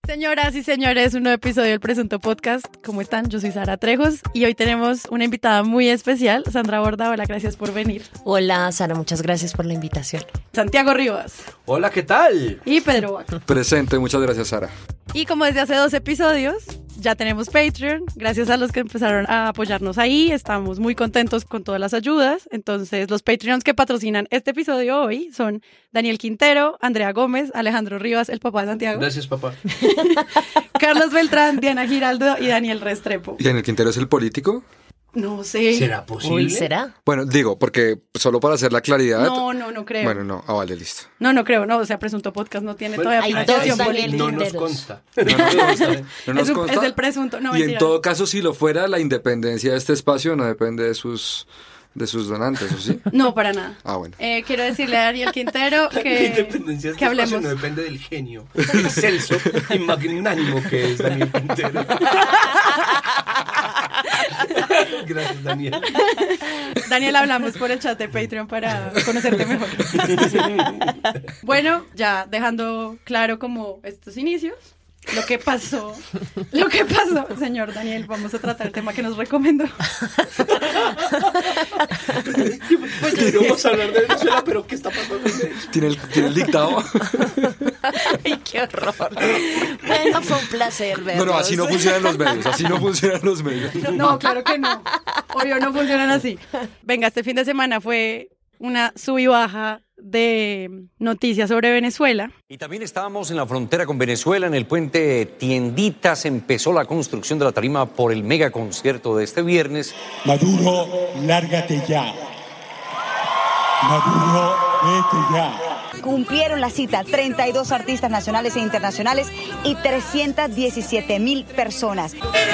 Señoras y señores, un nuevo episodio del Presunto Podcast. ¿Cómo están? Yo soy Sara Trejos y hoy tenemos una invitada muy especial, Sandra Borda. Hola, gracias por venir. Hola, Sara, muchas gracias por la invitación. Santiago Rivas. Hola, ¿qué tal? Y Pedro Vaca. Presente, muchas gracias, Sara. Y como desde hace 2 episodios, ya tenemos Patreon. Gracias a los que empezaron a apoyarnos ahí. Estamos muy contentos con todas las ayudas. Entonces, los Patreons que patrocinan este episodio hoy son Daniel Quintero, Andrea Gómez, Alejandro Rivas, el papá de Santiago. Gracias, papá. Carlos Beltrán, Diana Giraldo y Daniel Restrepo. ¿Y en el Quintero es el político? No sé. ¿Será posible? Uy, ¿será? Bueno, digo, porque solo para hacer la claridad... No creo. Bueno, no, vale, listo. No creo, no, o sea, Presunto Podcast no tiene Bueno, todavía hay financiación dos política. Daniel No nos Quinteros. consta. No nos Es consta. el presunto, no, Y mentira. en todo caso, si lo fuera, la independencia de este espacio no depende de sus donantes, ¿o sí? No, para nada. Ah, bueno. Quiero decirle a Daniel Quintero La que independencia de este hablemos. espacio no depende del genio excelso y magnánimo que es Daniel Quintero. Gracias, Daniel. Daniel, hablamos por el chat de Patreon para conocerte mejor. Bueno, ya dejando claro como estos inicios, lo que pasó, señor Daniel, vamos a tratar el tema que nos recomendó. Vamos a hablar de Venezuela, pero ¿qué está pasando en Venezuela? ¿Tiene el dictado? Ay, qué horror. Bueno, fue un placer verlos. No, así no funcionan los medios. No, claro que no. Obvio, no funcionan así. Venga, este fin de semana fue una sub y baja de noticias sobre Venezuela. Y también estábamos en la frontera con Venezuela, en el puente Tienditas. Empezó la construcción de la tarima por el mega concierto de este viernes. Maduro, lárgate ya. Maduro, vete ya. Cumplieron la cita 32 artistas nacionales e internacionales y 317,000 personas.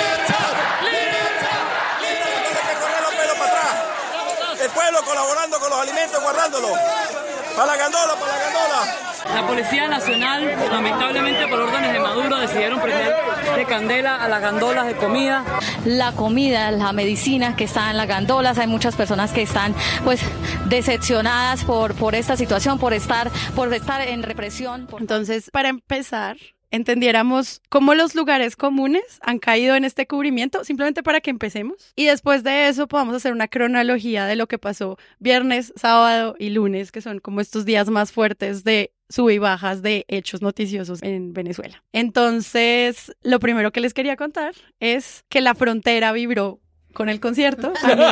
El pueblo colaborando con los alimentos, guardándolo. Para la gandola, para la gandola. La Policía Nacional, lamentablemente por órdenes de Maduro, decidieron prender de candela a las gandolas de comida. La comida, la medicina que está en las gandolas, hay muchas personas que están pues decepcionadas por esta situación, por estar en represión. Entonces, para empezar, entendiéramos cómo los lugares comunes han caído en este cubrimiento, simplemente para que empecemos. Y después de eso podamos hacer una cronología de lo que pasó viernes, sábado y lunes, que son como estos días más fuertes de sub y bajas de hechos noticiosos en Venezuela. Entonces, lo primero que les quería contar es que la frontera vibró con el concierto.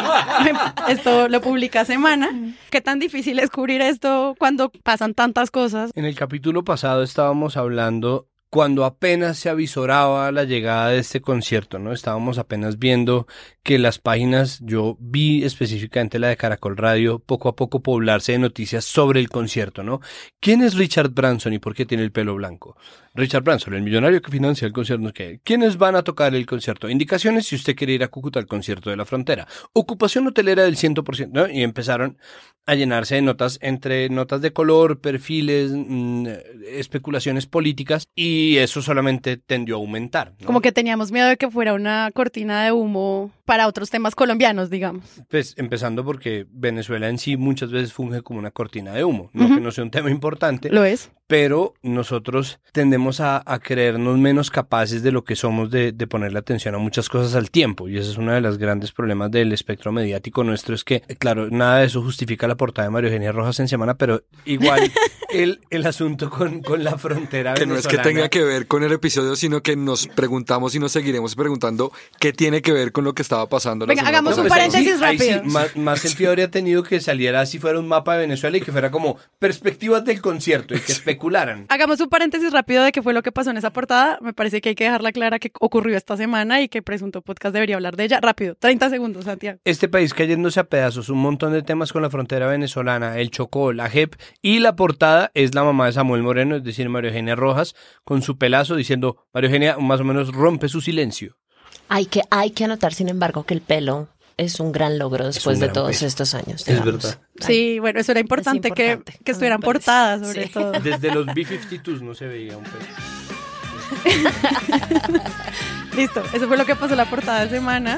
Esto lo publica Semana. ¿Qué tan difícil es cubrir esto cuando pasan tantas cosas? En el capítulo pasado estábamos hablando cuando apenas se avisoraba la llegada de este concierto, ¿no? Estábamos apenas viendo que las páginas, yo vi específicamente la de Caracol Radio, poco a poco poblarse de noticias sobre el concierto, ¿no? ¿Quién es Richard Branson y por qué tiene el pelo blanco? Richard Branson, el millonario que financia el concierto. ¿Quiénes van a tocar el concierto? Indicaciones si usted quiere ir a Cúcuta al concierto de la frontera. Ocupación hotelera del 100%, ¿no? Y empezaron a llenarse de notas, entre notas de color, perfiles, especulaciones políticas, y eso solamente tendió a aumentar, ¿no? Como que teníamos miedo de que fuera una cortina de humo para otros temas colombianos, digamos. Pues empezando porque Venezuela en sí muchas veces funge como una cortina de humo, no que no sea un tema importante. Lo es. Pero nosotros tendemos a creernos menos capaces de lo que somos de ponerle atención a muchas cosas al tiempo, y ese es uno de los grandes problemas del espectro mediático nuestro, es que, claro, nada de eso justifica la portada de María Eugenia Rojas en Semana, pero igual el asunto con la frontera que no es venezolana, que tenga que ver con el episodio, sino que nos preguntamos y nos seguiremos preguntando qué tiene que ver con lo que estaba pasando. Venga, hagamos un paréntesis rápido. Más sentido habría tenido que saliera así fuera un mapa de Venezuela y que fuera como perspectivas del concierto y que especularan. Hagamos un paréntesis rápido de qué fue lo que pasó en esa portada. Me parece que hay que dejarla clara que ocurrió esta semana y que Presunto Podcast debería hablar de ella. Rápido, 30 segundos, Santiago. Este país cayéndose a pedazos, un montón de temas con la frontera venezolana, el Chocó, la JEP, y la portada es la mamá de Samuel Moreno, es decir, María Eugenia Rojas, con su pelazo diciendo, María Eugenia más o menos rompe su silencio. Hay que anotar, sin embargo, que el pelo es un gran logro después de todos estos años. Es verdad. Sí, bueno, eso era importante, que estuvieran portadas, sobre todo. Desde los B-52s no se veía un pelo. Listo, eso fue lo que pasó la portada de semana.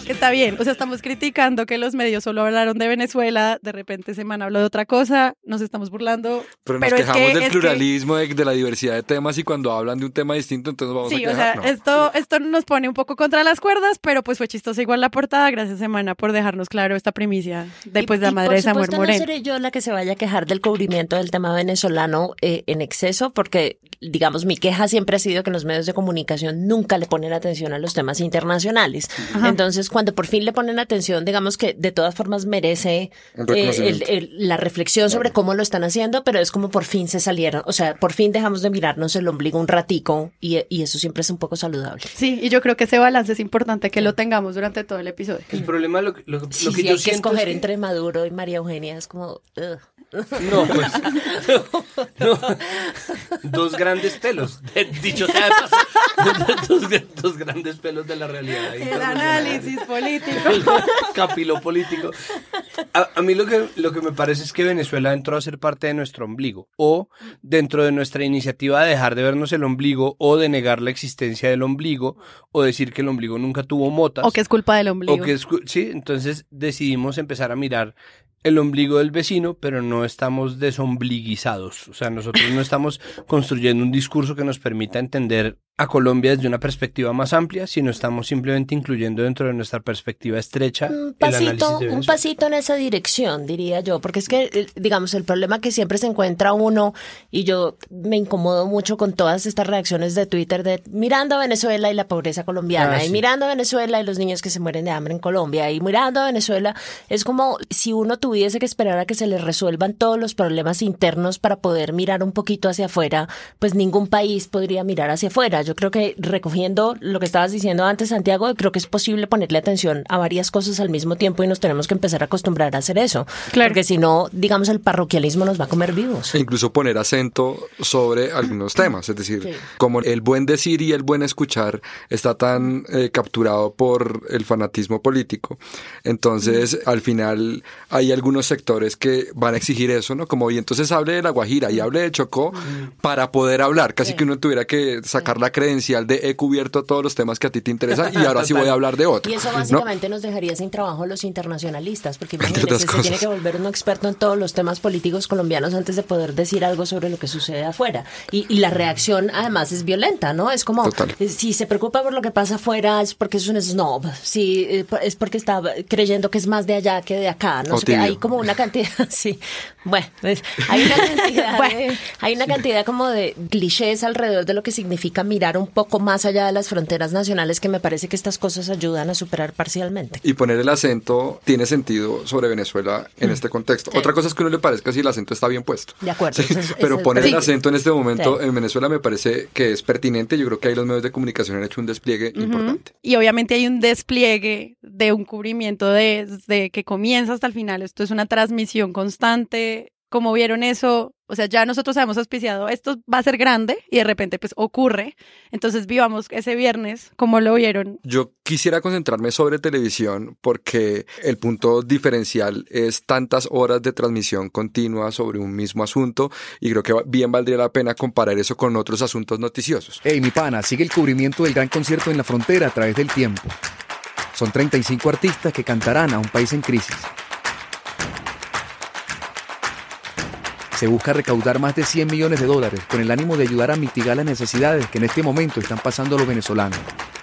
Está bien, o sea, estamos criticando que los medios solo hablaron de Venezuela, de repente Semana habló de otra cosa, nos estamos burlando. Pero nos quejamos del pluralismo, de la diversidad de temas, y cuando hablan de un tema distinto, entonces vamos a quejar. Sí, o sea, esto nos pone un poco contra las cuerdas, pero pues fue chistoso igual la portada. Gracias, Semana, por dejarnos claro esta primicia de la madre de Samuel Moreno. No seré yo la que se vaya a quejar del cubrimiento del tema venezolano en exceso, porque, digamos, mi queja siempre ha sido que los medios de comunicación nunca le ponen atención a los temas internacionales. Ajá. Entonces, cuando por fin le ponen atención, digamos que de todas formas merece la reflexión sobre cómo lo están haciendo, pero es como por fin se salieron, o sea, por fin dejamos de mirarnos el ombligo un ratico, y eso siempre es un poco saludable. Sí, y yo creo que ese balance es importante que lo tengamos durante todo el episodio. El problema, lo que Sí, yo hay siento que escoger es entre Maduro y María Eugenia, es como... No, pues no. Dos grandes pelos, dicho sea de paso, dos grandes pelos de la realidad. El análisis político. El capítulo político. A mí lo que me parece es que Venezuela entró a ser parte de nuestro ombligo, o dentro de nuestra iniciativa de dejar de vernos el ombligo, o de negar la existencia del ombligo, o decir que el ombligo nunca tuvo motas. O que es culpa del ombligo. Sí, entonces decidimos empezar a mirar el ombligo del vecino, pero no estamos desombliguizados. O sea, nosotros no estamos construyendo un discurso que nos permita entender a Colombia desde una perspectiva más amplia, sino estamos simplemente incluyendo dentro de nuestra perspectiva estrecha el análisis de Venezuela. Un pasito en esa dirección, diría yo, porque es que, digamos, el problema que siempre se encuentra uno, y yo me incomodo mucho con todas estas reacciones de Twitter de mirando a Venezuela y la pobreza colombiana, y mirando a Venezuela y los niños que se mueren de hambre en Colombia, y mirando a Venezuela, es como si uno tuviese que esperar a que se les resuelvan todos los problemas internos para poder mirar un poquito hacia afuera, pues ningún país podría mirar hacia afuera. Yo creo que, recogiendo lo que estabas diciendo antes, Santiago, creo que es posible ponerle atención a varias cosas al mismo tiempo, y nos tenemos que empezar a acostumbrar a hacer eso. Claro. Porque si no, digamos, el parroquialismo nos va a comer vivos. E incluso poner acento sobre algunos temas, es decir, como el buen decir y el buen escuchar está tan capturado por el fanatismo político, entonces al final hay algunos sectores que van a exigir eso, ¿no? Como, y entonces hable de La Guajira y hable de Chocó para poder hablar, casi que uno tuviera que sacar la credencial de he cubierto todos los temas que a ti te interesan y ahora sí voy a hablar de otro. Y eso básicamente nos dejaría sin trabajo a los internacionalistas, porque imagínense, se tiene que volver un experto en todos los temas políticos colombianos antes de poder decir algo sobre lo que sucede afuera. Y la reacción además es violenta, ¿no? Es como, si se preocupa por lo que pasa afuera es porque es un snob, si es porque está creyendo que es más de allá que de acá, no sé qué. Hay como una cantidad, sí, bueno, hay una cantidad como de clichés alrededor de lo que significa mirar un poco más allá de las fronteras nacionales, que me parece que estas cosas ayudan a superar parcialmente. Y poner el acento tiene sentido sobre Venezuela en este contexto. Sí. Otra cosa es que a uno le parezca si el acento está bien puesto. De acuerdo. Sí, pero poner el acento en este momento en Venezuela me parece que es pertinente. Yo creo que ahí los medios de comunicación han hecho un despliegue importante. Y obviamente hay un despliegue de un cubrimiento desde que comienza hasta el final. Esto es una transmisión constante. Como vieron eso, o sea, ya nosotros habíamos auspiciado, esto va a ser grande, y de repente pues ocurre. Entonces vivamos ese viernes, como lo vieron. Yo quisiera concentrarme sobre televisión porque el punto diferencial es tantas horas de transmisión continua sobre un mismo asunto, y creo que bien valdría la pena comparar eso con otros asuntos noticiosos. Hey, mi pana, sigue el cubrimiento del gran concierto en la frontera a través del tiempo. Son 35 artistas que cantarán a un país en crisis. Se busca recaudar más de $100 millones con el ánimo de ayudar a mitigar las necesidades que en este momento están pasando los venezolanos.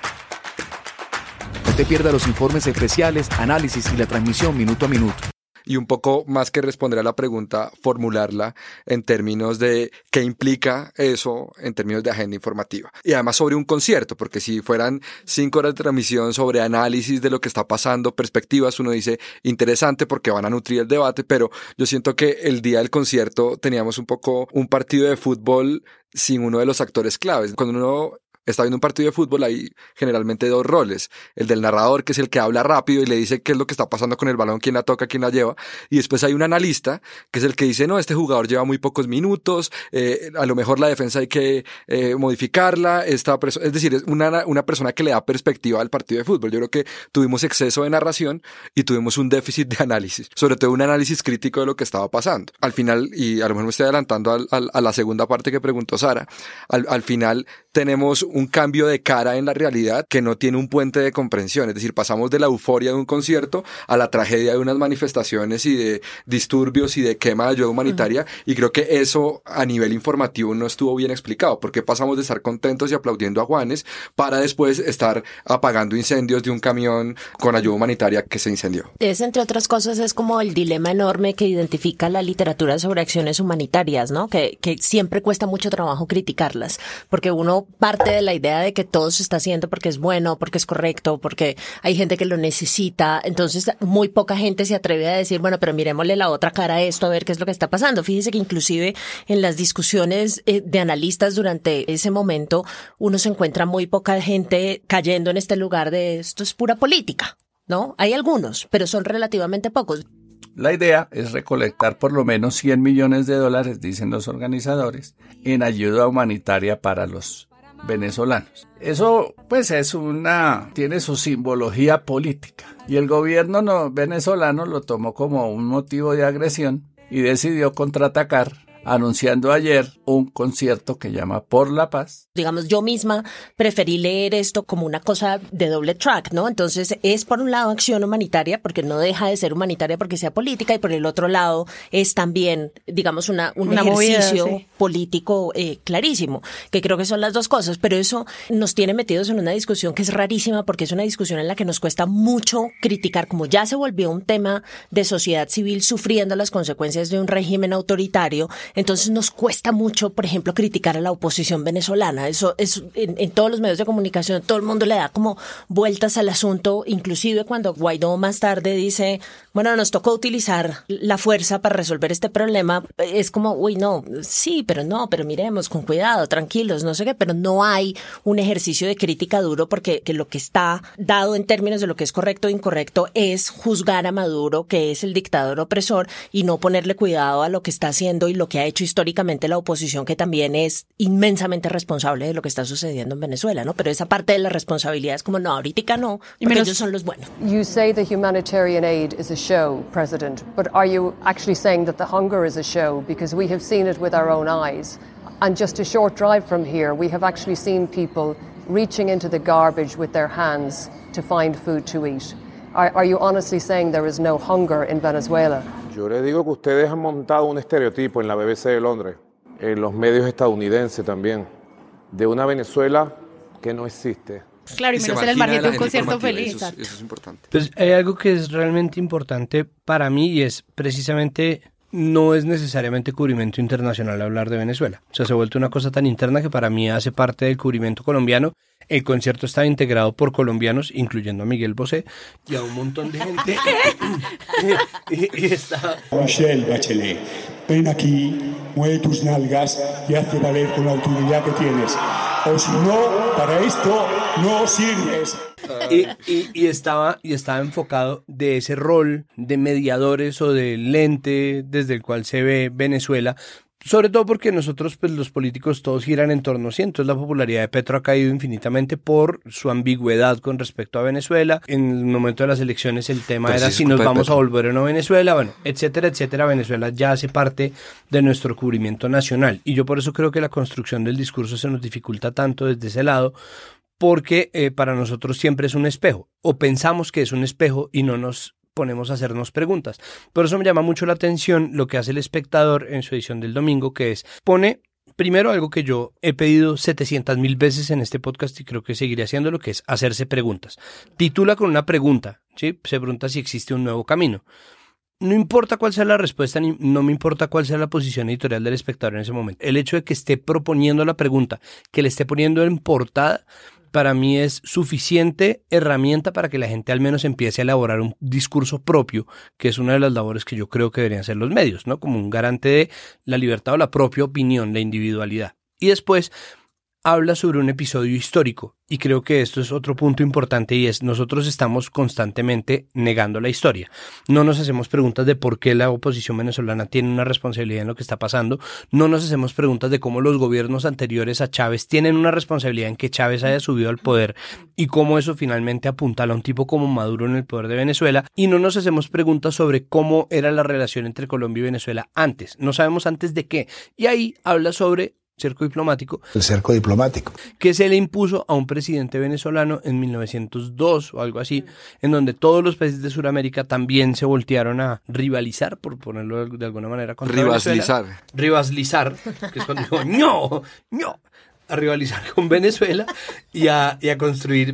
No te pierdas los informes especiales, análisis y la transmisión minuto a minuto. Y un poco más que responder a la pregunta, formularla en términos de qué implica eso en términos de agenda informativa. Y además sobre un concierto, porque si fueran 5 horas de transmisión sobre análisis de lo que está pasando, perspectivas, uno dice interesante porque van a nutrir el debate, pero yo siento que el día del concierto teníamos un poco un partido de fútbol sin uno de los actores claves. Cuando uno está viendo un partido de fútbol, hay generalmente 2 roles. El del narrador, que es el que habla rápido y le dice qué es lo que está pasando con el balón, quién la toca, quién la lleva. Y después hay un analista, que es el que dice, no, este jugador lleva muy pocos minutos, a lo mejor la defensa hay que modificarla. Es decir, es una persona que le da perspectiva al partido de fútbol. Yo creo que tuvimos exceso de narración y tuvimos un déficit de análisis, sobre todo un análisis crítico de lo que estaba pasando. Al final, y a lo mejor me estoy adelantando a la segunda parte que preguntó Sara, al final tenemos un cambio de cara en la realidad que no tiene un puente de comprensión. Es decir, pasamos de la euforia de un concierto a la tragedia de unas manifestaciones y de disturbios y de quema de ayuda humanitaria, y creo que eso a nivel informativo no estuvo bien explicado, porque pasamos de estar contentos y aplaudiendo a Juanes para después estar apagando incendios de un camión con ayuda humanitaria que se incendió. Es, entre otras cosas, es como el dilema enorme que identifica la literatura sobre acciones humanitarias, ¿no? Que siempre cuesta mucho trabajo criticarlas, porque uno parte de la idea de que todo se está haciendo porque es bueno, porque es correcto, porque hay gente que lo necesita. Entonces, muy poca gente se atreve a decir, bueno, pero miremosle la otra cara a esto, a ver qué es lo que está pasando. Fíjese que inclusive en las discusiones de analistas durante ese momento, uno se encuentra muy poca gente cayendo en este lugar de esto es pura política, ¿no? Hay algunos, pero son relativamente pocos. La idea es recolectar por lo menos $100 millones, dicen los organizadores, en ayuda humanitaria para los venezolanos. Eso pues tiene su simbología política, y el gobierno venezolano lo tomó como un motivo de agresión y decidió contraatacar, anunciando ayer un concierto que llama Por la Paz. Digamos, yo misma preferí leer esto como una cosa de doble track, ¿no? Entonces, es por un lado acción humanitaria, porque no deja de ser humanitaria porque sea política, y por el otro lado es también, digamos, un ejercicio movida, sí, político clarísimo, que creo que son las dos cosas, pero eso nos tiene metidos en una discusión que es rarísima, porque es una discusión en la que nos cuesta mucho criticar, como ya se volvió un tema de sociedad civil sufriendo las consecuencias de un régimen autoritario. Entonces nos cuesta mucho, por ejemplo, criticar a la oposición venezolana. Eso es en todos los medios de comunicación, todo el mundo le da como vueltas al asunto, inclusive cuando Guaidó más tarde dice, bueno, nos tocó utilizar la fuerza para resolver este problema. Es como, uy, no, sí, pero miremos con cuidado, tranquilos, no sé qué, pero no hay un ejercicio de crítica duro, porque lo que está dado en términos de lo que es correcto o incorrecto es juzgar a Maduro, que es el dictador opresor, y no ponerle cuidado a lo que está haciendo y lo que ha hecho históricamente la oposición, que también es inmensamente responsable de lo que está sucediendo en Venezuela, ¿no? Pero esa parte de la responsabilidad es como, no, ahorita no, porque ellos son los buenos. You say the humanitarian aid is a show, President, but are you actually saying that the hunger is a show? Because we have seen it with our own eyes. And just a short drive from here, we have actually seen people reaching into the garbage with their hands to find food to eat. Are you honestly saying there is no hunger in Venezuela? Yo les digo que ustedes han montado un estereotipo en la BBC de Londres, en los medios estadounidenses también, de una Venezuela que no existe. Claro, y menos en el margen de un concierto feliz. Eso es importante. Pues hay algo que es realmente importante para mí, y es precisamente, no es necesariamente cubrimiento internacional hablar de Venezuela. O sea, se ha vuelto una cosa tan interna que para mí hace parte del cubrimiento colombiano. El concierto estaba integrado por colombianos, incluyendo a Miguel Bosé y a un montón de gente. y está... Michelle Bachelet, ven aquí, mueve tus nalgas y hazte valer con la autoridad que tienes. O si no, para esto no sirves. Y estaba enfocado de ese rol de mediadores o de lente desde el cual se ve Venezuela, sobre todo porque nosotros, pues los políticos todos giran en torno a sí. Entonces la popularidad de Petro ha caído infinitamente por su ambigüedad con respecto a Venezuela. En el momento de las elecciones el tema era si nos vamos a volver o no a Venezuela, bueno, etcétera, etcétera. Venezuela ya hace parte de nuestro cubrimiento nacional, y yo por eso creo que la construcción del discurso se nos dificulta tanto desde ese lado, porque para nosotros siempre es un espejo, o pensamos que es un espejo y no nos ponemos a hacernos preguntas. Por eso me llama mucho la atención lo que hace El Espectador en su edición del domingo, que es, pone primero algo que yo he pedido 700,000 veces en este podcast y creo que seguiré haciéndolo, que es hacerse preguntas. Titula con una pregunta, ¿sí? Se pregunta si existe un nuevo camino. No importa cuál sea la respuesta, ni no me importa cuál sea la posición editorial del Espectador en ese momento. El hecho de que esté proponiendo la pregunta, que le esté poniendo en portada, para mí es suficiente herramienta para que la gente al menos empiece a elaborar un discurso propio, que es una de las labores que yo creo que deberían hacer los medios, ¿no? Como un garante de la libertad o la propia opinión, la individualidad. Y después habla sobre un episodio histórico, y creo que esto es otro punto importante, y es, nosotros estamos constantemente negando la historia. No nos hacemos preguntas de por qué la oposición venezolana tiene una responsabilidad en lo que está pasando, no nos hacemos preguntas de cómo los gobiernos anteriores a Chávez tienen una responsabilidad en que Chávez haya subido al poder y cómo eso finalmente apuntala a un tipo como Maduro en el poder de Venezuela, y no nos hacemos preguntas sobre cómo era la relación entre Colombia y Venezuela antes, no sabemos antes de qué, y ahí habla sobre cerco diplomático. El cerco diplomático. Que se le impuso a un presidente venezolano en 1902 o algo así, en donde todos los países de Sudamérica también se voltearon a rivalizar, por ponerlo de alguna manera. Rivalizar, que es cuando dijo, no, a rivalizar con Venezuela y a construir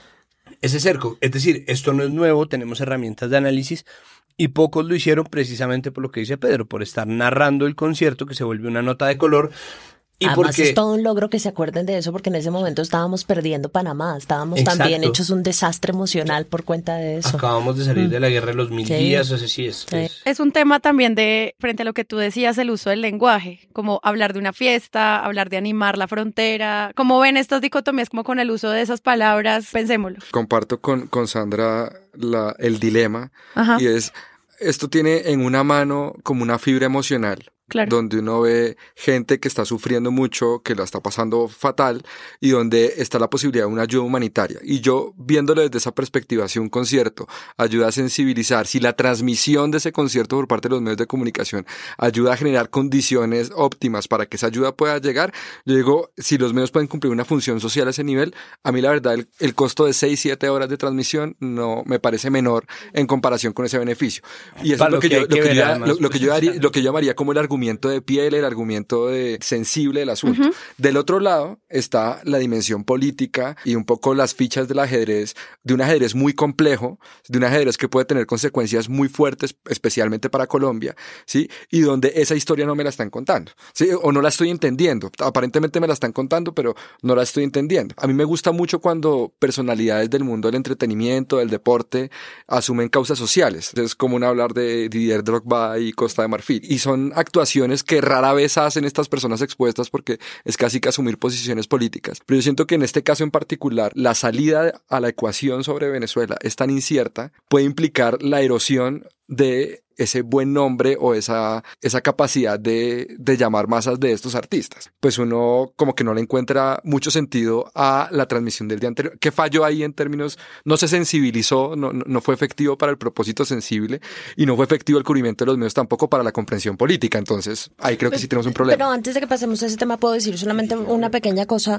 ese cerco. Es decir, esto no es nuevo, tenemos herramientas de análisis y pocos lo hicieron precisamente por lo que dice Pedro, por estar narrando el concierto que se vuelve una nota de color. Y además porque es todo un logro que se acuerden de eso, porque en ese momento estábamos perdiendo Panamá, estábamos también hechos un desastre emocional por cuenta de eso. Acabamos de salir de la guerra de los 1000 días, o sea, sí es. Es un tema también de, frente a lo que tú decías, el uso del lenguaje, como hablar de una fiesta, hablar de animar la frontera. ¿Cómo ven estas dicotomías como con el uso de esas palabras? Pensémoslo. Comparto con Sandra el dilema. Ajá. Y es, esto tiene en una mano como una fibra emocional. Claro. Donde uno ve gente que está sufriendo mucho, que la está pasando fatal y donde está la posibilidad de una ayuda humanitaria. Y yo, viéndolo desde esa perspectiva, si un concierto ayuda a sensibilizar, si la transmisión de ese concierto por parte de los medios de comunicación ayuda a generar condiciones óptimas para que esa ayuda pueda llegar, yo digo, si los medios pueden cumplir una función social a ese nivel, a mí la verdad el costo de 6-7 horas de transmisión no me parece menor en comparación con ese beneficio. Y eso es lo que yo llamaría como el argumento de piel, el argumento sensible del asunto. Uh-huh. Del otro lado está la dimensión política y un poco las fichas del ajedrez, de un ajedrez muy complejo, de un ajedrez que puede tener consecuencias muy fuertes, especialmente para Colombia, ¿sí? Y donde esa historia no me la están contando, ¿sí? O no la estoy entendiendo. Aparentemente me la están contando, pero no la estoy entendiendo. A mí me gusta mucho cuando personalidades del mundo del entretenimiento, del deporte, asumen causas sociales. Es común hablar de Didier Drogba y Costa de Marfil. Y son actuaciones que rara vez hacen estas personas expuestas porque es casi que asumir posiciones políticas. Pero yo siento que en este caso en particular, la salida a la ecuación sobre Venezuela es tan incierta, puede implicar la erosión de ese buen nombre o esa capacidad de llamar masas de estos artistas. Pues uno como que no le encuentra mucho sentido a la transmisión del día anterior. ¿Qué falló ahí en términos? No se sensibilizó, no fue efectivo para el propósito sensible y no fue efectivo el cubrimiento de los medios tampoco para la comprensión política. Entonces, ahí creo que sí tenemos un problema. Pero antes de que pasemos a ese tema, puedo decir solamente una pequeña cosa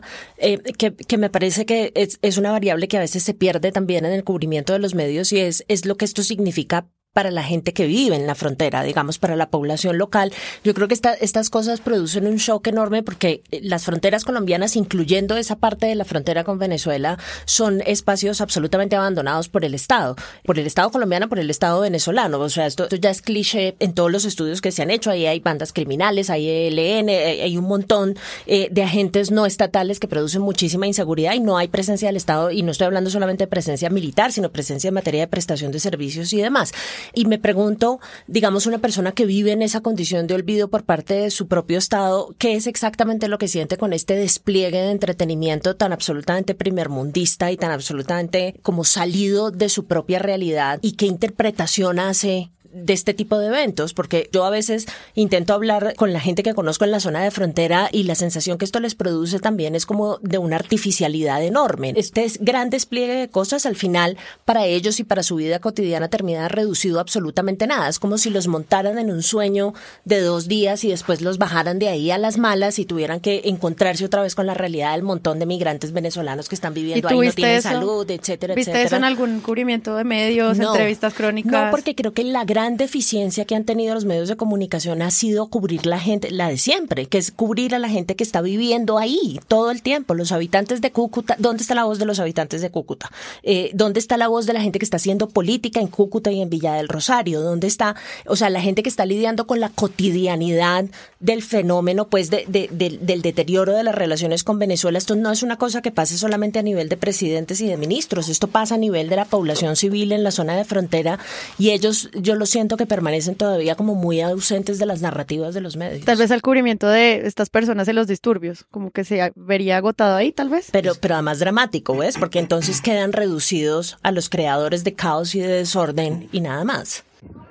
que me parece que es una variable que a veces se pierde también en el cubrimiento de los medios y es lo que esto significa para la gente que vive en la frontera, digamos, para la población local. Yo creo que estas cosas producen un shock enorme porque las fronteras colombianas, incluyendo esa parte de la frontera con Venezuela, son espacios absolutamente abandonados por el Estado colombiano, por el Estado venezolano. O sea, esto ya es cliché en todos los estudios que se han hecho. Ahí hay bandas criminales, hay ELN, hay un montón de agentes no estatales que producen muchísima inseguridad y no hay presencia del Estado. Y no estoy hablando solamente de presencia militar, sino presencia en materia de prestación de servicios y demás. Y me pregunto, digamos, una persona que vive en esa condición de olvido por parte de su propio Estado, ¿qué es exactamente lo que siente con este despliegue de entretenimiento tan absolutamente primermundista y tan absolutamente como salido de su propia realidad? ¿Y qué interpretación hace de este tipo de eventos? Porque yo a veces intento hablar con la gente que conozco en la zona de frontera y la sensación que esto les produce también es como de una artificialidad enorme. Este gran despliegue de cosas al final para ellos y para su vida cotidiana termina reducido a absolutamente nada. Es como si los montaran en un sueño de 2 días y después los bajaran de ahí a las malas y tuvieran que encontrarse otra vez con la realidad del montón de migrantes venezolanos que están viviendo ahí, no tienen salud, etcétera, ¿Viste etcétera. eso en algún cubrimiento de medios, entrevistas crónicas? No, porque creo que la gran deficiencia que han tenido los medios de comunicación ha sido cubrir la gente, la de siempre, que es cubrir a la gente que está viviendo ahí todo el tiempo. Los habitantes de Cúcuta, ¿dónde está la voz de los habitantes de Cúcuta? ¿Dónde está la voz de la gente que está haciendo política en Cúcuta y en Villa del Rosario? ¿Dónde está, o sea, la gente que está lidiando con la cotidianidad del fenómeno, pues, del deterioro de las relaciones con Venezuela? Esto no es una cosa que pase solamente a nivel de presidentes y de ministros, esto pasa a nivel de la población civil en la zona de frontera y ellos, yo lo siento que permanecen todavía como muy ausentes de las narrativas de los medios. Tal vez al cubrimiento de estas personas en los disturbios, como que se vería agotado ahí, tal vez. Pero además dramático, ¿ves? Porque entonces quedan reducidos a los creadores de caos y de desorden y nada más.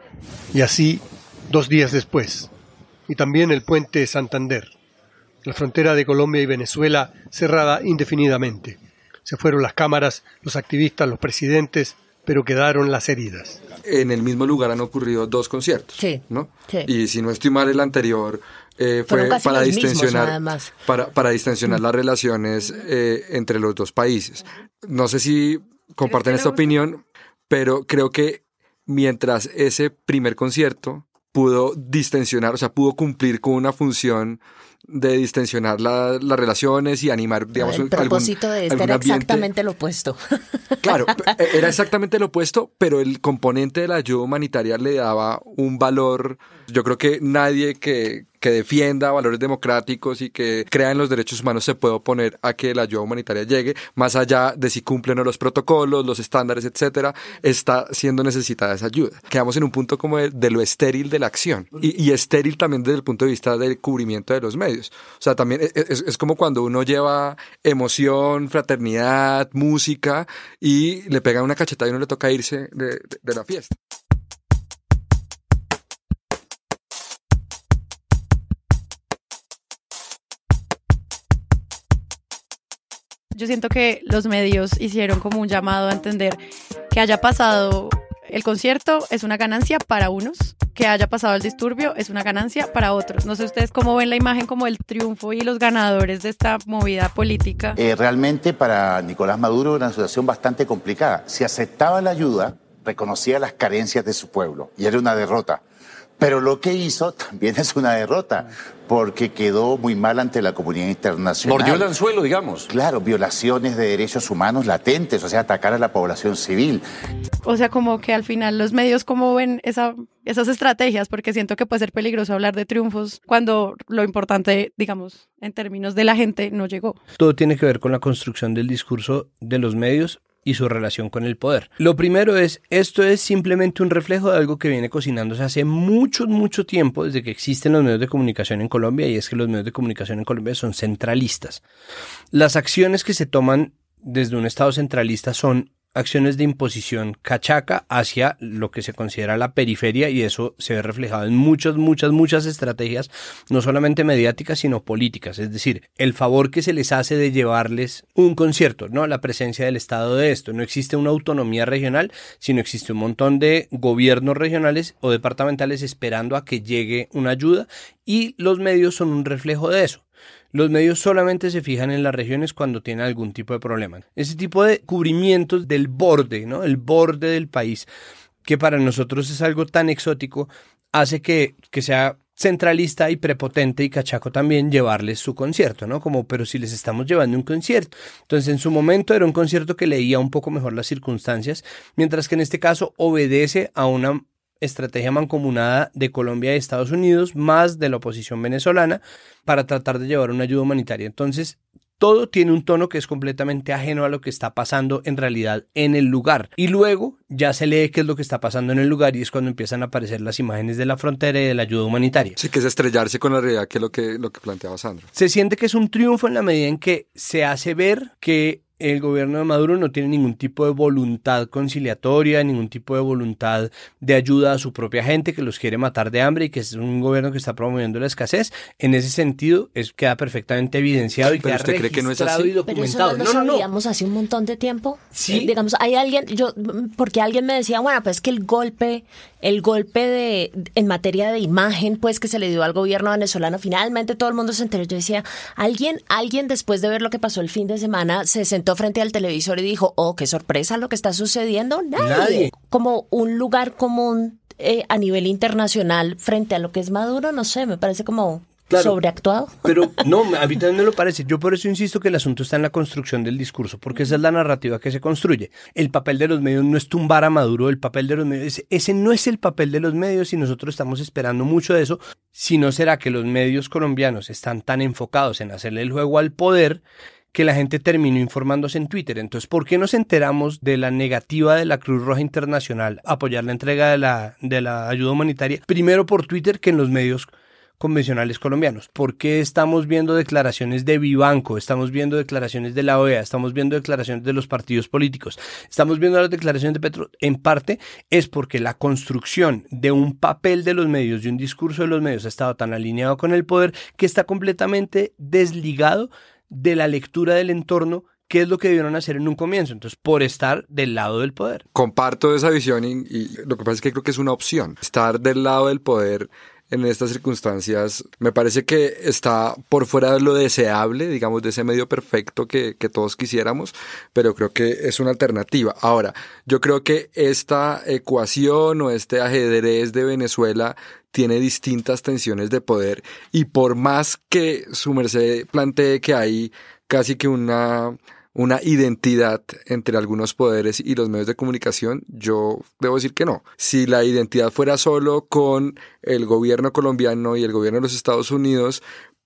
Y así, 2 días después, y también el puente Santander, la frontera de Colombia y Venezuela cerrada indefinidamente. Se fueron las cámaras, los activistas, los presidentes, pero quedaron las heridas. En el mismo lugar han ocurrido 2 conciertos, ¿no? Sí. Y si no estoy mal, el anterior fue para distensionar las relaciones entre los 2 países. No sé si comparten esta opinión, pero creo que mientras ese primer concierto pudo distensionar, o sea, pudo cumplir con una función de distensionar las relaciones y animar, digamos, el propósito de este era exactamente lo opuesto. Claro, era exactamente lo opuesto, pero el componente de la ayuda humanitaria le daba un valor. Yo creo que nadie que defienda valores democráticos y que crea en los derechos humanos se puede oponer a que la ayuda humanitaria llegue, más allá de si cumplen o los protocolos, los estándares, etcétera, está siendo necesitada esa ayuda. Quedamos en un punto como de lo estéril de la acción y estéril también desde el punto de vista del cubrimiento de los medios. O sea, también es como cuando uno lleva emoción, fraternidad, música y le pega una cachetada y uno le toca irse de la fiesta. Yo siento que los medios hicieron como un llamado a entender que haya pasado el concierto es una ganancia para unos, que haya pasado el disturbio es una ganancia para otros. No sé ustedes cómo ven la imagen como el triunfo y los ganadores de esta movida política. Realmente para Nicolás Maduro era una situación bastante complicada. Si aceptaba la ayuda, reconocía las carencias de su pueblo y era una derrota. Pero lo que hizo también es una derrota, porque quedó muy mal ante la comunidad internacional. Mordió el anzuelo, digamos. Claro, violaciones de derechos humanos latentes, o sea, atacar a la población civil. O sea, como que al final los medios, ¿cómo ven esas estrategias? Porque siento que puede ser peligroso hablar de triunfos cuando lo importante, digamos, en términos de la gente, no llegó. Todo tiene que ver con la construcción del discurso de los medios y su relación con el poder. Lo primero esto es simplemente un reflejo de algo que viene cocinándose hace mucho tiempo, desde que existen los medios de comunicación en Colombia, y es que los medios de comunicación en Colombia son centralistas. Las acciones que se toman desde un Estado centralista son acciones de imposición cachaca hacia lo que se considera la periferia, y eso se ve reflejado en muchas estrategias, no solamente mediáticas, sino políticas. Es decir, el favor que se les hace de llevarles un concierto, ¿no? La presencia del Estado de esto. No existe una autonomía regional, sino existe un montón de gobiernos regionales o departamentales esperando a que llegue una ayuda, y los medios son un reflejo de eso. Los medios solamente se fijan en las regiones cuando tienen algún tipo de problema. Ese tipo de cubrimientos del borde, ¿no? El borde del país, que para nosotros es algo tan exótico, hace que sea centralista y prepotente y cachaco también llevarles su concierto, ¿no? Como, pero si les estamos llevando un concierto. Entonces, en su momento era un concierto que leía un poco mejor las circunstancias, mientras que en este caso obedece a una estrategia mancomunada de Colombia y Estados Unidos, más de la oposición venezolana, para tratar de llevar una ayuda humanitaria. Entonces, todo tiene un tono que es completamente ajeno a lo que está pasando en realidad en el lugar. Y luego ya se lee qué es lo que está pasando en el lugar, y es cuando empiezan a aparecer las imágenes de la frontera y de la ayuda humanitaria. Sí, que es estrellarse con la realidad, que es lo que planteaba Sandro. Se siente que es un triunfo en la medida en que se hace ver que el gobierno de Maduro no tiene ningún tipo de voluntad conciliatoria, ningún tipo de voluntad de ayuda a su propia gente, que los quiere matar de hambre, y que es un gobierno que está promoviendo la escasez. En ese sentido, queda perfectamente evidenciado y queda registrado y documentado. Pero eso no lo sabíamos hace un montón de tiempo. Sí. Digamos, hay alguien, porque alguien me decía, bueno, pues que el golpe en materia de imagen, pues que se le dio al gobierno venezolano, finalmente todo el mundo se enteró. Yo decía, alguien después de ver lo que pasó el fin de semana, se sentó frente al televisor y dijo, oh, qué sorpresa lo que está sucediendo. Nadie. Como un lugar común a nivel internacional frente a lo que es Maduro, no sé, me parece como sobreactuado. Pero no, a mí también me lo parece. Yo por eso insisto que el asunto está en la construcción del discurso, porque esa es la narrativa que se construye. El papel de los medios no es tumbar a Maduro, el papel de los medios, ese no es el papel de los medios, y nosotros estamos esperando mucho de eso. Si no, será que los medios colombianos están tan enfocados en hacerle el juego al poder que la gente terminó informándose en Twitter. Entonces, ¿por qué nos enteramos de la negativa de la Cruz Roja Internacional a apoyar la entrega de la ayuda humanitaria? Primero por Twitter que en los medios convencionales colombianos. ¿Por qué estamos viendo declaraciones de Vivanco? Estamos viendo declaraciones de la OEA, estamos viendo declaraciones de los partidos políticos, estamos viendo las declaraciones de Petro. En parte es porque la construcción de un papel de los medios, de un discurso de los medios, ha estado tan alineado con el poder que está completamente desligado de la lectura del entorno qué es lo que debieron hacer en un comienzo. Entonces, por estar del lado del poder. Comparto esa visión y lo que pasa es que creo que es una opción. Estar del lado del poder en estas circunstancias me parece que está por fuera de lo deseable, digamos, de ese medio perfecto que todos quisiéramos, pero creo que es una alternativa. Ahora, yo creo que esta ecuación o este ajedrez de Venezuela tiene distintas tensiones de poder y por más que su merced plantee que hay casi que una identidad entre algunos poderes y los medios de comunicación, yo debo decir que no. Si la identidad fuera solo con el gobierno colombiano y el gobierno de los Estados Unidos,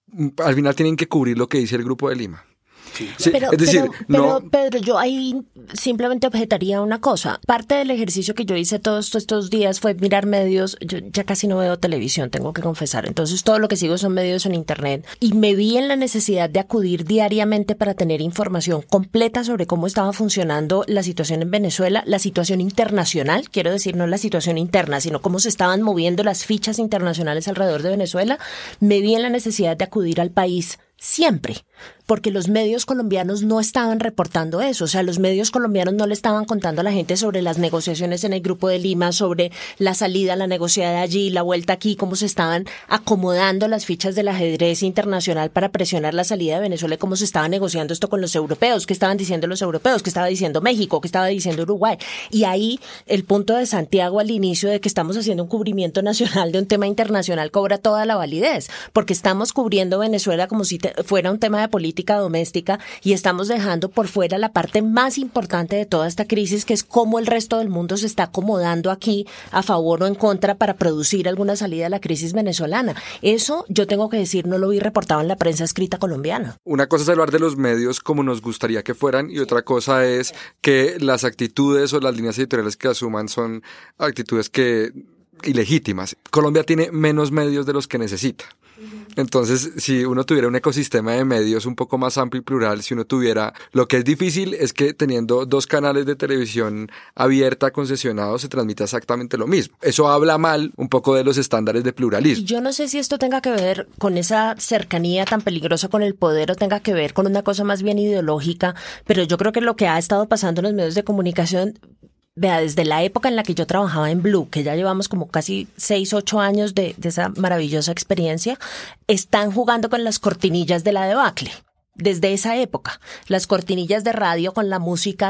al final tienen que cubrir lo que dice el Grupo de Lima. Sí, pero, es decir, pero Pedro, yo ahí simplemente objetaría una cosa. Parte del ejercicio que yo hice todos estos días fue mirar medios. Yo ya casi no veo televisión, tengo que confesar. Entonces todo lo que sigo son medios en internet. Y me vi en la necesidad de acudir diariamente para tener información completa sobre cómo estaba funcionando la situación en Venezuela, la situación internacional, quiero decir, no la situación interna, sino cómo se estaban moviendo las fichas internacionales alrededor de Venezuela. Me vi en la necesidad de acudir al país siempre, porque los medios colombianos no estaban reportando eso. O sea, los medios colombianos no le estaban contando a la gente sobre las negociaciones en el Grupo de Lima, sobre la salida, la negociada allí, la vuelta aquí, cómo se estaban acomodando las fichas del ajedrez internacional para presionar la salida de Venezuela y cómo se estaba negociando esto con los europeos, qué estaban diciendo los europeos, qué estaba diciendo México, qué estaba diciendo Uruguay. Y ahí el punto de Santiago al inicio de que estamos haciendo un cubrimiento nacional de un tema internacional cobra toda la validez, porque estamos cubriendo Venezuela como si fuera un tema de política doméstica y estamos dejando por fuera la parte más importante de toda esta crisis, que es cómo el resto del mundo se está acomodando aquí a favor o en contra para producir alguna salida a la crisis venezolana. Eso, yo tengo que decir, no lo vi reportado en la prensa escrita colombiana. Una cosa es hablar de los medios como nos gustaría que fueran y otra cosa es que las actitudes o las líneas editoriales que asuman son actitudes ilegítimas. Colombia tiene menos medios de los que necesita. Entonces, si uno tuviera un ecosistema de medios un poco más amplio y plural, si uno tuviera... Lo que es difícil es que teniendo 2 canales de televisión abierta, concesionados, se transmite exactamente lo mismo. Eso habla mal un poco de los estándares de pluralismo. Yo no sé si esto tenga que ver con esa cercanía tan peligrosa con el poder o tenga que ver con una cosa más bien ideológica, pero yo creo que lo que ha estado pasando en los medios de comunicación... Vea, desde la época en la que yo trabajaba en Blue, que ya llevamos como casi 6-8 años de esa maravillosa experiencia, están jugando con las cortinillas de la debacle. Desde esa época, las cortinillas de radio con la música,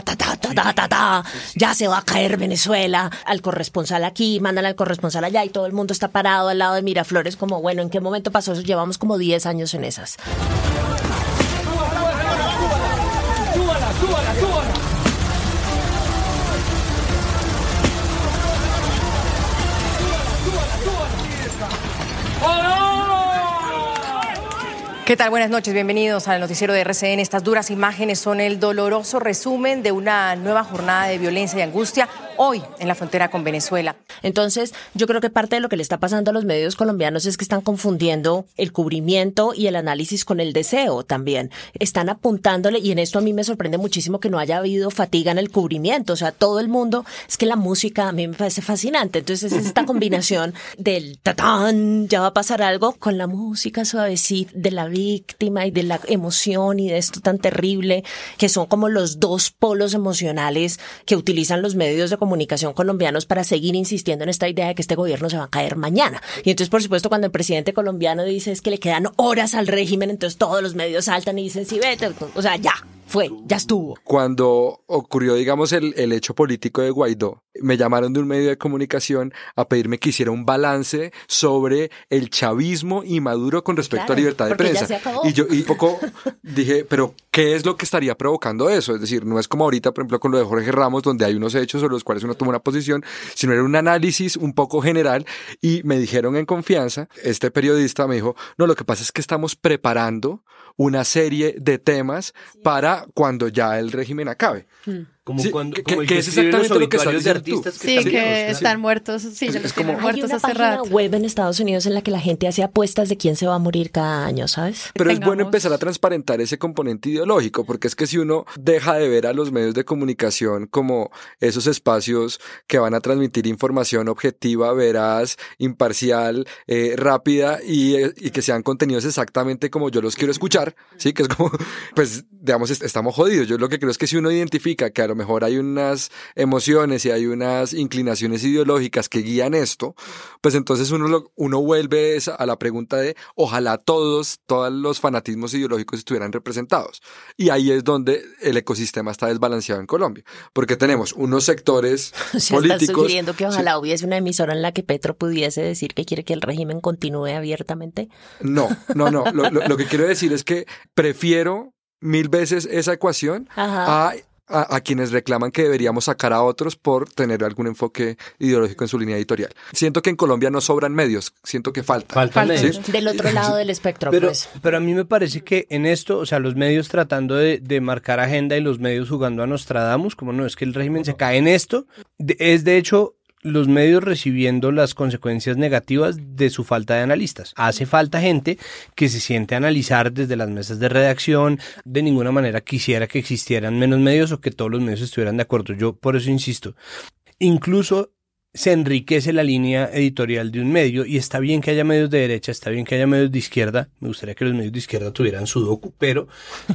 ya se va a caer Venezuela, al corresponsal aquí, mandan al corresponsal allá y todo el mundo está parado al lado de Miraflores como, bueno, ¿en qué momento pasó eso? Llevamos como 10 años en esas. ¿Qué tal? Buenas noches, bienvenidos al noticiero de RCN. Estas duras imágenes son el doloroso resumen de una nueva jornada de violencia y angustia hoy en la frontera con Venezuela. Entonces, yo creo que parte de lo que le está pasando a los medios colombianos es que están confundiendo el cubrimiento y el análisis con el deseo también. Están apuntándole, y en esto a mí me sorprende muchísimo que no haya habido fatiga en el cubrimiento. O sea, todo el mundo, es que la música a mí me parece fascinante. Entonces, es esta combinación del tatán, ya va a pasar algo, con la música suavecita de la víctima y de la emoción y de esto tan terrible, que son como los 2 polos emocionales que utilizan los medios de comunicación colombianos para seguir insistiendo en esta idea de que este gobierno se va a caer mañana. Y entonces, por supuesto, cuando el presidente colombiano dice es que le quedan horas al régimen, entonces todos los medios saltan y dicen, sí, vete, o sea, ya estuvo. Cuando ocurrió, digamos, el hecho político de Guaidó, me llamaron de un medio de comunicación a pedirme que hiciera un balance sobre el chavismo y Maduro con respecto a libertad de prensa. Y yo un poco dije, pero ¿qué es lo que estaría provocando eso? Es decir, no es como ahorita, por ejemplo, con lo de Jorge Ramos, donde hay unos hechos sobre los cuales uno toma una posición, sino era un análisis un poco general y me dijeron en confianza, este periodista me dijo, no, lo que pasa es que estamos preparando una serie de temas para cuando ya el régimen acabe. Como Sí, cuando que como el es escribe los exactamente lo que estás obituarios de diciendo tú. artistas Sí, están que vivos, están muertos, sí, ya los tienen muertos Hay una hace página rato. web en Estados Unidos en la que la gente hace apuestas de quién se va a morir cada año, ¿sabes? Pero es bueno empezar a transparentar ese componente ideológico, porque es que si uno deja de ver a los medios de comunicación como esos espacios que van a transmitir información objetiva, veraz, imparcial, rápida y que sean contenidos exactamente como yo los quiero escuchar, ¿sí? Que es como, pues, digamos, estamos jodidos. Yo lo que creo es que si uno identifica que a lo mejor hay unas emociones y hay unas inclinaciones ideológicas que guían esto, pues entonces uno vuelve a la pregunta de ojalá todos los fanatismos ideológicos estuvieran representados. Y ahí es donde el ecosistema está desbalanceado en Colombia, porque tenemos unos sectores O sea, políticos. estás sugiriendo que ojalá Sí. hubiese una emisora en la que Petro pudiese decir que quiere que el régimen continúe abiertamente. No. Lo que quiero decir es que prefiero 1000 veces esa ecuación Ajá. a quienes reclaman que deberíamos sacar a otros por tener algún enfoque ideológico en su línea editorial. Siento que en Colombia no sobran medios, siento que faltan medios. ¿sí? Del otro lado del espectro, Pero, pues. pero a mí me parece que en esto, o sea, los medios tratando de marcar agenda y los medios jugando a Nostradamus, como no, es que el régimen se cae en esto, es de hecho los medios recibiendo las consecuencias negativas de su falta de analistas. Hace falta gente que se siente a analizar desde las mesas de redacción. De ninguna manera quisiera que existieran menos medios o que todos los medios estuvieran de acuerdo. Yo por eso insisto. Incluso se enriquece la línea editorial de un medio y está bien que haya medios de derecha, está bien que haya medios de izquierda. Me gustaría que los medios de izquierda tuvieran sudoku, pero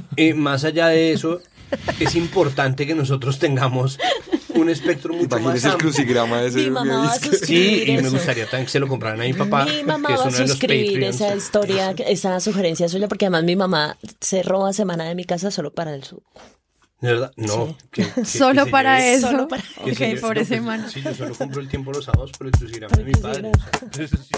más allá de eso, es importante que nosotros tengamos un espectro mucho Imagínese más el amplio. crucigrama de ese Mi mamá va a disco. suscribir Sí, y me eso. gustaría también que se lo compraran a mi papá, Mi mamá que es va a uno de los suscribir Patreons. esa historia, esa sugerencia suya, porque además mi mamá se roba semana de mi casa solo para el sudoku. ¿De verdad? No. Solo para eso. Solo para Que se Ok, lleve- pobre no, pues, semana. Sí, yo solo compro el tiempo los sábados por el crucigrama de mi padre. O sea, eso sí.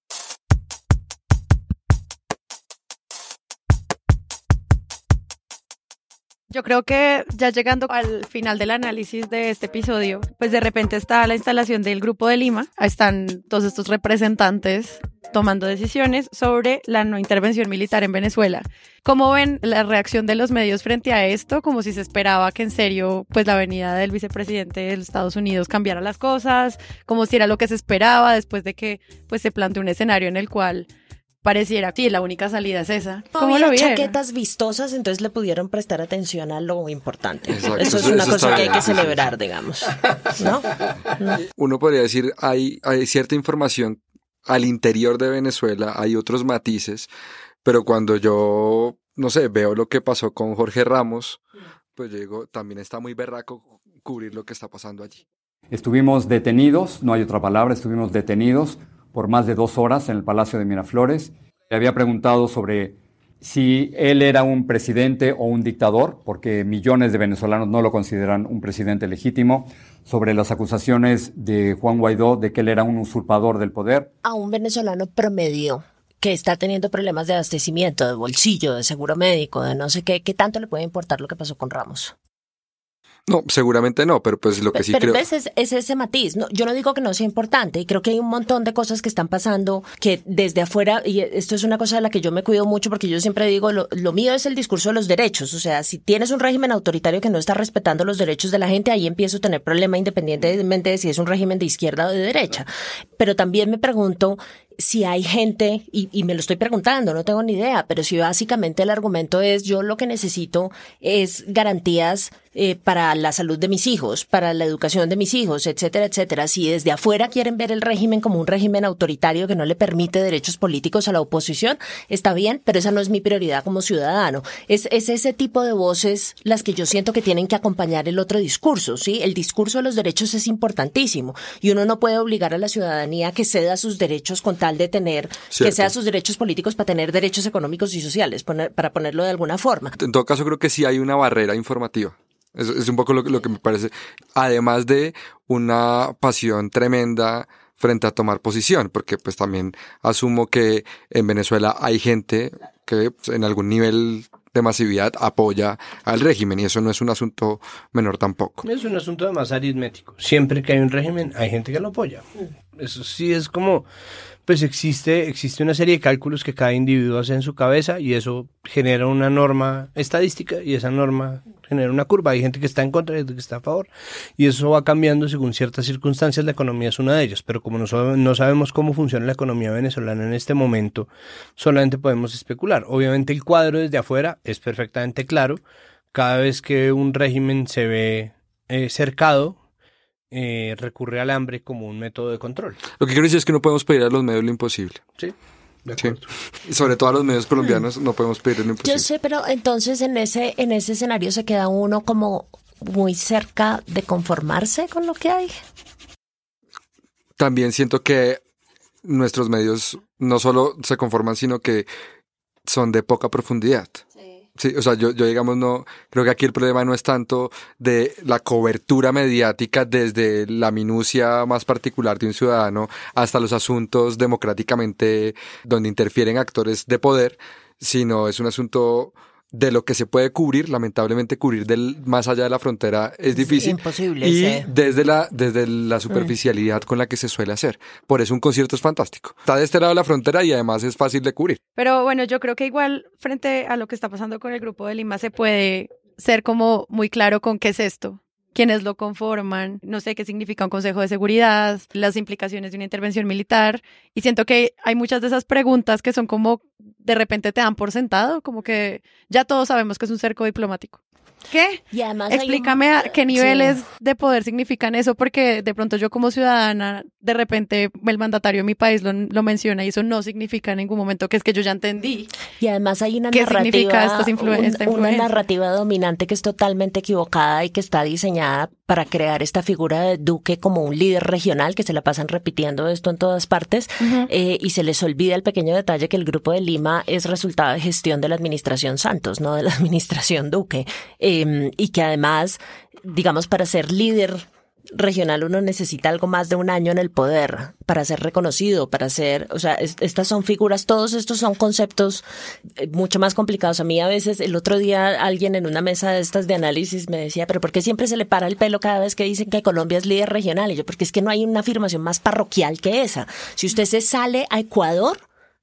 Yo creo que ya llegando al final del análisis de este episodio, pues de repente está la instalación del Grupo de Lima. Ahí están todos estos representantes tomando decisiones sobre la no intervención militar en Venezuela. ¿Cómo ven la reacción de los medios frente a esto? Como si se esperaba que en serio, pues la venida del vicepresidente de los Estados Unidos cambiara las cosas, como si era lo que se esperaba después de que pues se planteó un escenario en el cual pareciera que la única salida es esa. ¿Cómo Había lo vieron? chaquetas vistosas, entonces le pudieron prestar atención a lo importante. Exacto, Eso es eso una está cosa que hay bien, que sí, sí. celebrar, digamos. ¿No? Uno podría decir, hay cierta información al interior de Venezuela, hay otros matices, pero cuando yo, no sé, veo lo que pasó con Jorge Ramos, pues yo digo, también está muy berraco cubrir lo que está pasando allí. Estuvimos detenidos, no hay otra palabra, estuvimos detenidos por más de 2 horas en el Palacio de Miraflores. Le había preguntado sobre si él era un presidente o un dictador, porque millones de venezolanos no lo consideran un presidente legítimo, sobre las acusaciones de Juan Guaidó de que él era un usurpador del poder. A un venezolano promedio que está teniendo problemas de abastecimiento, de bolsillo, de seguro médico, de no sé qué tanto le puede importar lo que pasó con Ramos. No, seguramente no, pero pues lo que sí Pero creo... es ese matiz. No, yo no digo que no sea importante y creo que hay un montón de cosas que están pasando que desde afuera, y esto es una cosa de la que yo me cuido mucho porque yo siempre digo, lo mío es el discurso de los derechos. O sea, si tienes un régimen autoritario que no está respetando los derechos de la gente, ahí empiezo a tener problema independientemente de si es un régimen de izquierda o de derecha. Pero también me pregunto si hay gente, y me lo estoy preguntando, no tengo ni idea, pero si básicamente el argumento es yo lo que necesito es garantías para la salud de mis hijos, para la educación de mis hijos, etcétera, etcétera. Si desde afuera quieren ver el régimen como un régimen autoritario que no le permite derechos políticos a la oposición, está bien, pero esa no es mi prioridad como ciudadano. Es ese tipo de voces las que yo siento que tienen que acompañar el otro discurso, ¿sí? El discurso de los derechos es importantísimo y uno no puede obligar a la ciudadanía que ceda sus derechos con tal de tener, que sea sus derechos políticos para tener derechos económicos y sociales, para ponerlo de alguna forma. En todo caso, creo que sí hay una barrera informativa. Es un poco lo que me parece. Además de una pasión tremenda frente a tomar posición, porque pues también asumo que en Venezuela hay gente que pues, en algún nivel de masividad apoya al régimen y eso no es un asunto menor tampoco. Es un asunto más aritmético. Siempre que hay un régimen hay gente que lo apoya. Eso sí es como, pues existe una serie de cálculos que cada individuo hace en su cabeza y eso genera una norma estadística y esa norma genera una curva. Hay gente que está en contra y gente que está a favor y eso va cambiando según ciertas circunstancias. La economía es una de ellas, pero como no sabemos cómo funciona la economía venezolana en este momento, solamente podemos especular. Obviamente el cuadro desde afuera es perfectamente claro. Cada vez que un régimen se ve cercado, recurre al hambre como un método de control. Lo que quiero decir es que no podemos pedir a los medios lo imposible. Sí, de acuerdo. Sí. Y sobre todo a los medios colombianos no podemos pedir lo imposible. Yo sé, pero entonces en ese escenario se queda uno como muy cerca de conformarse con lo que hay. También siento que nuestros medios no solo se conforman, sino que son de poca profundidad. Sí, o sea, yo digamos no, creo que aquí el problema no es tanto de la cobertura mediática desde la minucia más particular de un ciudadano hasta los asuntos democráticamente donde interfieren actores de poder, sino es un asunto de lo que se puede cubrir. Lamentablemente cubrir más allá de la frontera es difícil. Imposible. Y sí. desde la superficialidad con la que se suele hacer. Por eso un concierto es fantástico. Está de este lado de la frontera y además es fácil de cubrir. Pero bueno, yo creo que igual frente a lo que está pasando con el Grupo de Lima se puede ser como muy claro con qué es esto. Quiénes lo conforman, no sé qué significa un consejo de seguridad, las implicaciones de una intervención militar, y siento que hay muchas de esas preguntas que son como de repente te dan por sentado, como que ya todos sabemos que es un cerco diplomático. ¿Qué? Y además explícame a qué niveles de poder significan eso, porque de pronto yo como ciudadana, de repente el mandatario de mi país lo menciona y eso no significa en ningún momento que es que yo ya entendí. Y además hay una ¿Qué narrativa, significa esta una narrativa dominante que es totalmente equivocada y que está diseñada para crear esta figura de Duque como un líder regional, que se la pasan repitiendo esto en todas partes, y se les olvida el pequeño detalle que el Grupo de Lima es resultado de gestión de la administración Santos, no de la administración Duque. Y que además, digamos, para ser líder regional uno necesita algo más de un año en el poder para ser reconocido, para ser, o sea, estas son figuras, todos estos son conceptos mucho más complicados. A mí a veces, el otro día alguien en una mesa de estas de análisis me decía, pero ¿por qué siempre se le para el pelo cada vez que dicen que Colombia es líder regional? Y yo, porque es que no hay una afirmación más parroquial que esa. Si usted se sale a Ecuador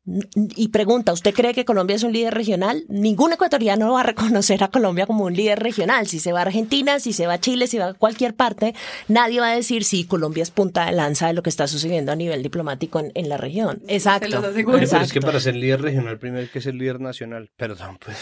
y pregunta, ¿usted cree que Colombia es un líder regional? Ningún ecuatoriano va a reconocer a Colombia como un líder regional. Si se va a Argentina, si se va a Chile, si va a cualquier parte, nadie va a decir si Colombia es punta de lanza de lo que está sucediendo a nivel diplomático en la región. Exacto. Pero es que para ser líder regional primero hay que ser líder nacional. Perdón, pues.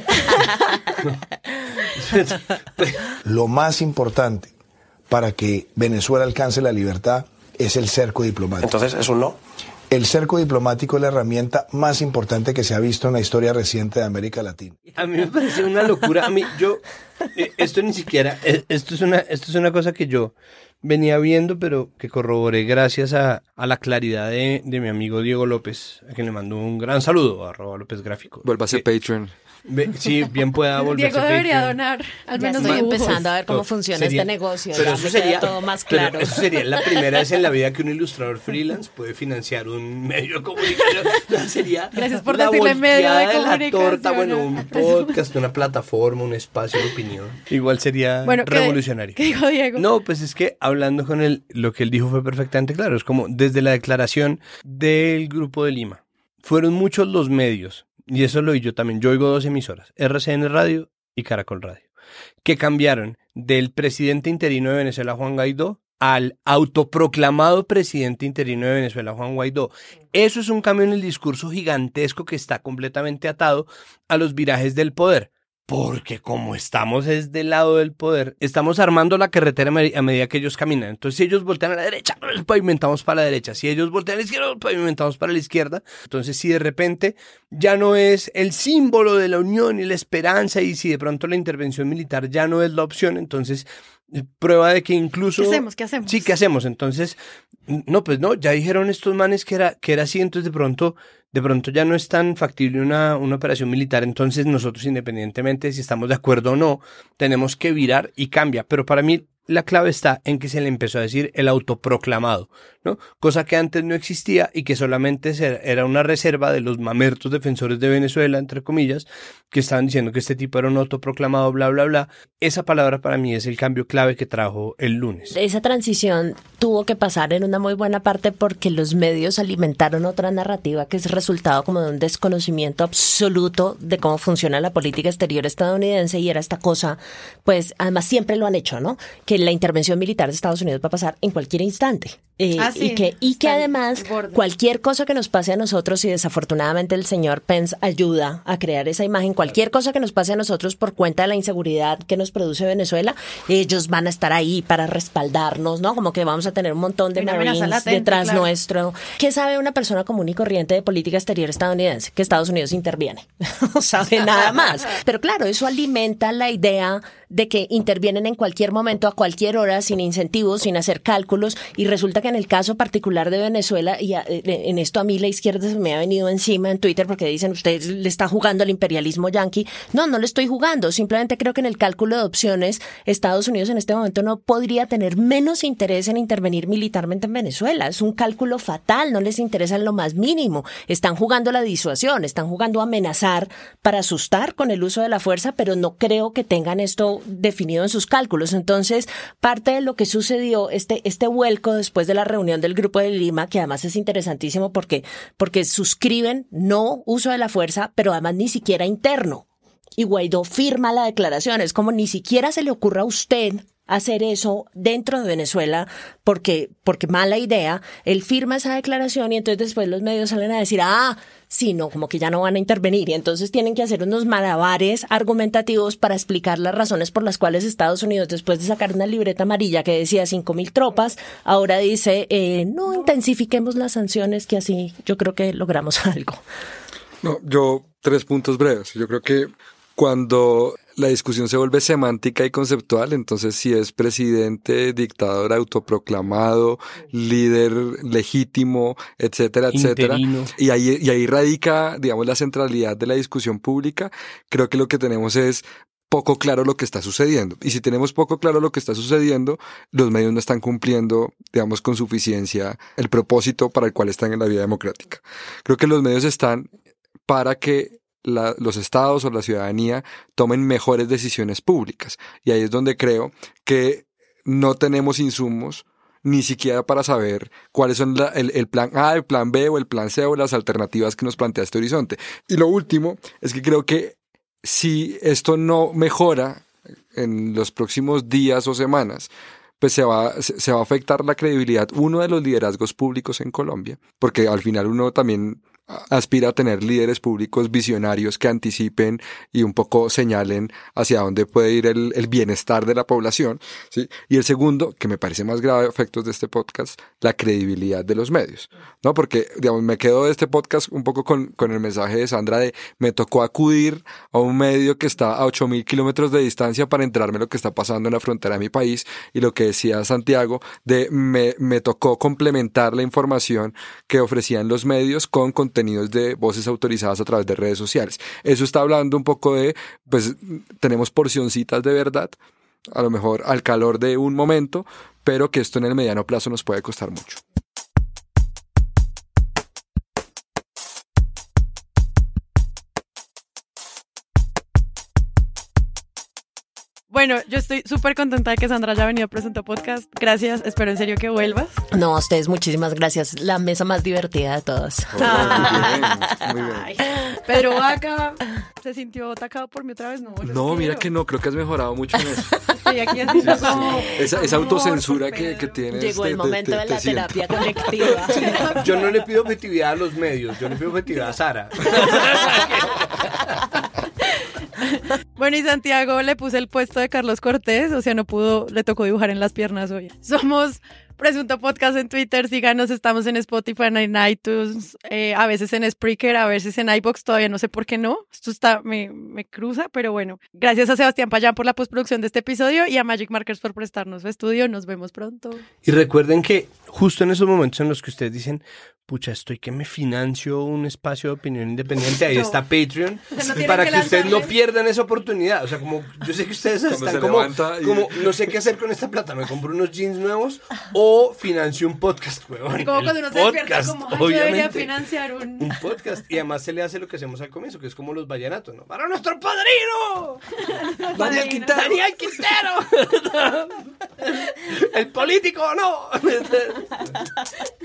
Lo más importante para que Venezuela alcance la libertad es el cerco diplomático. Entonces, ¿es un no? El cerco diplomático es la herramienta más importante que se ha visto en la historia reciente de América Latina. A mí me parece una locura. A mí, esto ni siquiera, esto es una cosa que yo venía viendo, pero que corroboré gracias a la claridad de mi amigo Diego López, a quien le mando un gran saludo, @LópezGráfico. Vuelva a ser Patreon. Sí, bien pueda volverse Diego debería donar, al menos estoy dibujos. empezando a ver cómo funciona este negocio. Pero ya eso me sería queda todo más claro. Pero eso sería la primera vez en la vida que un ilustrador freelance puede financiar un medio de comunicación. Sería Gracias por la decirle medio de volteada la torta, comunicación. bueno, un podcast, una plataforma, un espacio de opinión. Igual sería revolucionario. ¿Qué dijo Diego? No, pues es que hablando con él, lo que él dijo fue perfectamente claro. Es como desde la declaración del Grupo de Lima. Fueron muchos los medios. Y eso lo oí yo también. Yo oigo 2 emisoras, RCN Radio y Caracol Radio, que cambiaron del presidente interino de Venezuela, Juan Guaidó, al autoproclamado presidente interino de Venezuela, Juan Guaidó. Eso es un cambio en el discurso gigantesco que está completamente atado a los virajes del poder. Porque como estamos desde del lado del poder, estamos armando la carretera a medida que ellos caminan. Entonces, si ellos voltean a la derecha, pavimentamos para la derecha. Si ellos voltean a la izquierda, pavimentamos para la izquierda. Entonces, si de repente ya no es el símbolo de la unión y la esperanza, y si de pronto la intervención militar ya no es la opción, entonces prueba de que incluso... ¿Qué hacemos? Sí, ¿qué hacemos? Entonces, no, pues no, ya dijeron estos manes que era así, entonces de pronto ya no es tan factible una operación militar, entonces nosotros, independientemente de si estamos de acuerdo o no, tenemos que virar y cambia. Pero para mí la clave está en que se le empezó a decir el autoproclamado, ¿no? Cosa que antes no existía y que solamente era una reserva de los mamertos defensores de Venezuela, entre comillas, que estaban diciendo que este tipo era un autoproclamado, bla, bla, bla. Esa palabra para mí es el cambio clave que trajo el lunes. Esa transición tuvo que pasar en una muy buena parte porque los medios alimentaron otra narrativa que es resultado como de un desconocimiento absoluto de cómo funciona la política exterior estadounidense, y era esta cosa, pues además siempre lo han hecho, ¿no? Que la intervención militar de Estados Unidos va a pasar en cualquier instante. Sí, y que además cualquier cosa que nos pase a nosotros, y desafortunadamente el señor Pence ayuda a crear esa imagen, cualquier cosa que nos pase a nosotros por cuenta de la inseguridad que nos produce Venezuela, ellos van a estar ahí para respaldarnos, ¿no? Como que vamos a tener un montón de Marines detrás nuestro. ¿Qué sabe una persona común y corriente de política exterior estadounidense? Que Estados Unidos interviene. No sabe nada más. Pero claro, eso alimenta la idea de que intervienen en cualquier momento, a cualquier hora, sin incentivos, sin hacer cálculos, y resulta que en el caso particular de Venezuela, y en esto a mí la izquierda se me ha venido encima en Twitter porque dicen, usted le está jugando al imperialismo yanqui. No le estoy jugando, simplemente creo que en el cálculo de opciones Estados Unidos en este momento no podría tener menos interés en intervenir militarmente en Venezuela. Es un cálculo fatal, no les interesa en lo más mínimo. Están jugando la disuasión, están jugando a amenazar para asustar con el uso de la fuerza, pero no creo que tengan esto definido en sus cálculos. Entonces, parte de lo que sucedió, este vuelco después de la reunión del Grupo de Lima, que además es interesantísimo porque suscriben no uso de la fuerza, pero además ni siquiera interno. Y Guaidó firma la declaración. Es como ni siquiera se le ocurra a usted hacer eso dentro de Venezuela porque mala idea. Él firma esa declaración y entonces después los medios salen a decir, sí, no, como que ya no van a intervenir, y entonces tienen que hacer unos malabares argumentativos para explicar las razones por las cuales Estados Unidos, después de sacar una libreta amarilla que decía 5,000 tropas, ahora dice, no intensifiquemos las sanciones, que así yo creo que logramos algo. No, 3 puntos breves. Yo creo que cuando la discusión se vuelve semántica y conceptual, entonces si es presidente, dictador autoproclamado, líder legítimo, etcétera, etcétera, y ahí radica, digamos, la centralidad de la discusión pública. Creo que lo que tenemos es poco claro lo que está sucediendo. Y si tenemos poco claro lo que está sucediendo, los medios no están cumpliendo, digamos, con suficiencia el propósito para el cual están en la vida democrática. Creo que los medios están para que los estados o la ciudadanía tomen mejores decisiones públicas. Y ahí es donde creo que no tenemos insumos ni siquiera para saber cuáles son el plan A, el plan B o el plan C o las alternativas que nos plantea este horizonte. Y lo último es que creo que si esto no mejora en los próximos días o semanas, pues se va a afectar la credibilidad, uno, de los liderazgos públicos en Colombia, porque al final uno también aspira a tener líderes públicos visionarios que anticipen y un poco señalen hacia dónde puede ir el bienestar de la población, ¿sí? Y el segundo, que me parece más grave, efectos de este podcast, la credibilidad de los medios, ¿no? Porque, digamos, me quedo de este podcast un poco con el mensaje de Sandra de me tocó acudir a un medio que está a 8,000 kilómetros de distancia para enterarme lo que está pasando en la frontera de mi país, y lo que decía Santiago de me tocó complementar la información que ofrecían los medios con contenidos de voces autorizadas a través de redes sociales. Eso está hablando un poco de, pues, tenemos porcioncitas de verdad, a lo mejor al calor de un momento, pero que esto en el mediano plazo nos puede costar mucho. Bueno, yo estoy súper contenta de que Sandra haya venido a presentar podcast. Gracias, espero en serio que vuelvas. No, a ustedes muchísimas gracias. La mesa más divertida de todas. Muy bien. Ay, Pedro Vaca se sintió atacado por mí otra vez. No, mira que no, creo que has mejorado mucho en eso. Estoy aquí haciendo como... Esa autocensura que tienes. Llegó el momento de la terapia colectiva. Yo no le pido objetividad a los medios, yo le pido objetividad a Sara. Bueno, y Santiago le puse el puesto de Carlos Cortés, o sea, no pudo, le tocó dibujar en las piernas hoy. Somos Presunto Podcast en Twitter, síganos, estamos en Spotify, en iTunes, a veces en Spreaker, a veces en iVoox, todavía no sé por qué no, esto me cruza, pero bueno. Gracias a Sebastián Payán por la postproducción de este episodio y a Magic Markers por prestarnos su estudio, nos vemos pronto. Y recuerden que justo en esos momentos en los que ustedes dicen, pucha, estoy que me financio un espacio de opinión independiente, ahí está Patreon, no para que ustedes no lanzarle. pierdan esa oportunidad. O sea, como yo sé que ustedes están se como levanta y- no sé qué hacer con esta plata, me compro unos jeans nuevos o financio un podcast, huevón. Como El cuando uno se despierta podcast, como, "Ay, yo debería obviamente. financiar un... Podcast. Y además se le hace lo que hacemos al comienzo, que es como los vallenatos, ¿no? ¡Para nuestro padrino! Daniel Quintero. ¡Daniel Quintero! ¡El político no!